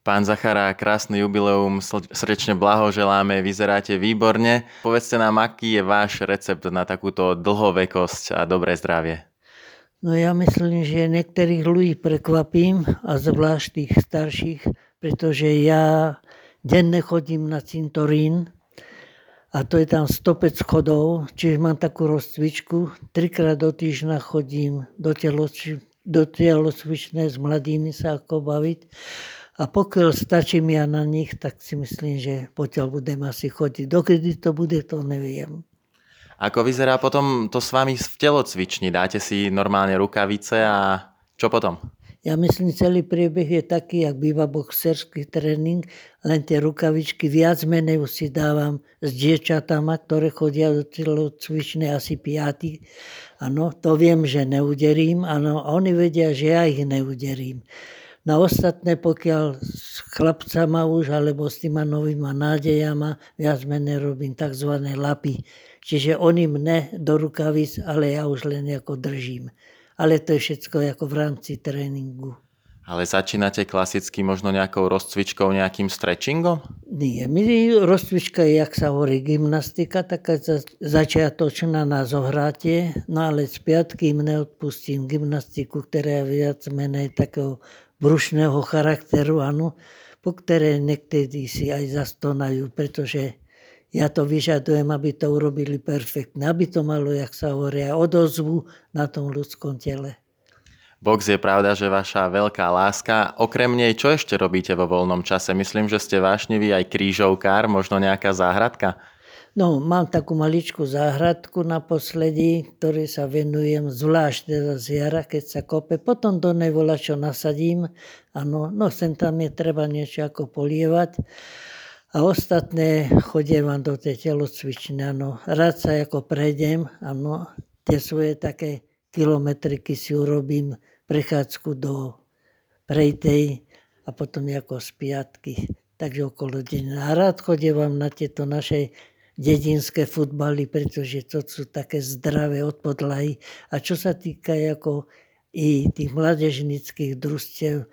Pán Zachara, krásny jubileum, srdečne blahoželáme, vyzeráte výborne. Povedzte nám, aký je váš recept na takúto dlhovekosť a dobré zdravie. No ja myslím, že niektorých ľudí prekvapím a zvlášť tých starších, pretože ja denne chodím na cintorín a to je tam 105 schodov, čiže mám takú rozcvičku. 3-krát do týždňa chodím do telocvične s mladými sa ako baviť. A pokiaľ stačím ja na nich, tak si myslím, že potiaľ budem asi chodiť. Dokedy to bude, to neviem. Ako vyzerá potom to s vami v telocvični? Dáte si normálne rukavice a čo potom? Ja myslím, celý priebeh je taký, jak býva boxerský tréning, len tie rukavičky viac menej si dávam s dievčatama, ktoré chodia do telocvičnej asi 5. Áno, to viem, že neuderím, áno, oni vedia, že ja ich neuderím. Na ostatné, pokiaľ s chlapcama už, alebo s týma novýma nádejama, viac menej robím tzv. Lapy. Čiže oni mne do rukavic, ale ja už len ako držím. Ale to je všetko ako v rámci tréningu. Ale začínate klasicky možno nejakou rozcvičkou, nejakým stretchingom? Nie, rozcvička je, jak sa hovorí, gymnastika, taká začiatočná na zohrátie, no ale z piatky im neodpustím gymnastiku, ktorá je viac menej takého brušného charakteru, áno, po ktoré niektorí si aj zastonajú, pretože ja to vyžadujem, aby to urobili perfektne, aby to malo, jak sa hovorí, odozvu na tom ľudskom tele. Box je pravda, že vaša veľká láska. Okrem nej, čo ešte robíte vo voľnom čase? Myslím, že ste vášnivý aj krížovkár, možno nejaká záhradka? No, mám takú maličkú záhradku naposledy, ktorej sa venujem zvlášť teda z jara, keď sa kope. Potom do nej volačo nasadím. Áno, no sem tam je treba niečo ako polievať. A ostatné chodievam do tej telocvične. Áno, rád sa ako prejdem. Áno, tie svoje také kilometriky si urobím, prechádzku do Prejtej a potom ako z piatky. Takže okolo deň. A rád chodievam na tieto naše dedinské futbaly, pretože to sú také zdravé od podlahy. A čo sa týka ako i tých mládežnických družstiev,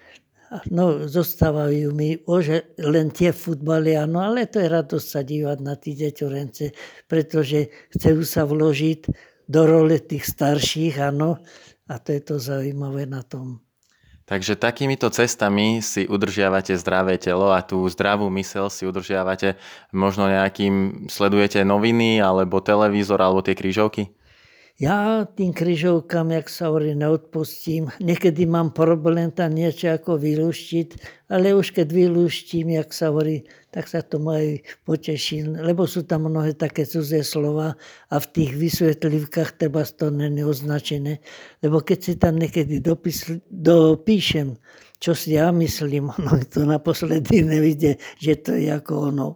no zostávajú mi len tie futbaly, áno, ale to je radosť sa dívať na tí deťorence, pretože chcú sa vložiť do role tých starších, áno, a to je to zaujímavé na tom. Takže takýmito cestami si udržiavate zdravé telo a tú zdravú myseľ si udržiavate možno nejakým, sledujete noviny alebo televízor alebo tie krížovky? Ja tým križovkám, jak sa hovorí, neodpustím. Niekedy mám problém tam niečo ako vylúštiť, ale už keď vylúštím, jak sa hovorí, tak sa to aj poteším, lebo sú tam mnohé také cudzie slova a v tých vysvetlivkách treba to není označené, lebo keď si tam niekedy dopíšem, čo si ja myslím, ono to naposledy nevidie, že to je ako ono.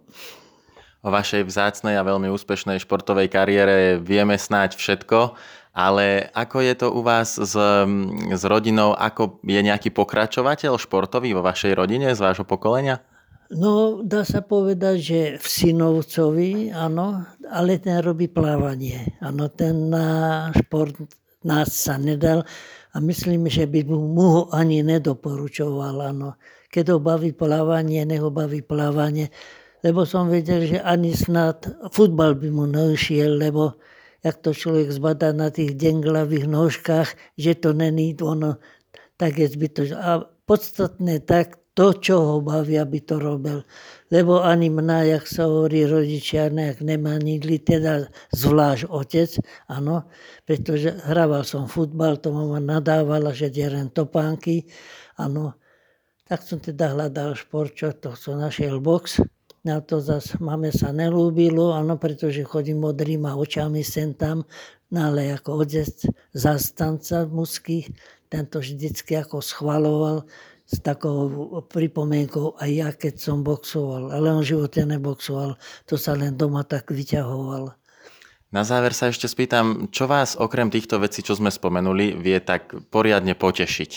O vašej vzácnej a veľmi úspešnej športovej kariére vieme snáď všetko, ale ako je to u vás s rodinou, ako je nejaký pokračovateľ športový vo vašej rodine z vášho pokolenia? No, dá sa povedať, že v synovcovi, áno, ale ten robí plávanie. Áno, ten na šport nás sa nedal a myslím, že by mu ho ani nedoporučoval, áno. Keď ho baví plávanie, nech ho baví plávanie, lebo som vedel, že ani snad futbal by mu neušiel, lebo jak to človek zbadá na tých denglavých nožkách, že to není ono, tak je zbytočné. A podstatné tak, to, čo ho baví, aby to robil. Lebo ani mňa, jak sa hovorí, rodičia nejak nemanili, teda zvlášť otec, áno, pretože hrával som futbal, to mama nadávala, že derem topánky, áno. Tak som teda hľadal šport, čo to som našiel box. Na to zase mame sa nelúbilo, áno, pretože chodím modrýma očami sem tam, no ale ako otec zastanca mužských, tento vždycky ako schvaloval s takou pripomienkou aj ja, keď som boxoval, ale on v živote neboxoval, to sa len doma tak vyťahoval. Na záver sa ešte spýtam, čo vás okrem týchto vecí, čo sme spomenuli, vie tak poriadne potešiť?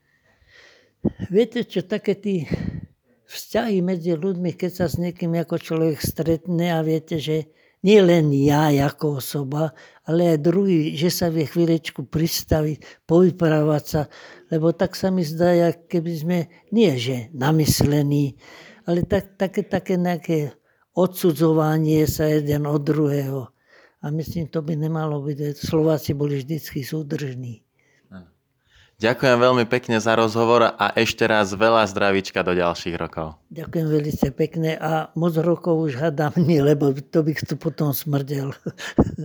Viete čo, také tí vzťahy medzi ľuďmi, keď sa s niekým ako človek stretne a viete, že nie len ja ako osoba, ale aj druhý, že sa vie chvíľečku pristaviť, povyprávať sa, lebo tak sa mi zdá, jak keby sme, nie že namyslení, ale také nejaké odsudzovanie sa jeden od druhého. A myslím, to by nemalo byť. Slováci boli vždycky súdržní. Ďakujem veľmi pekne za rozhovor a ešte raz veľa zdravíčka do ďalších rokov. Ďakujem veľmi pekne a moc rokov už hádam nie, lebo to bych tu potom smrdel.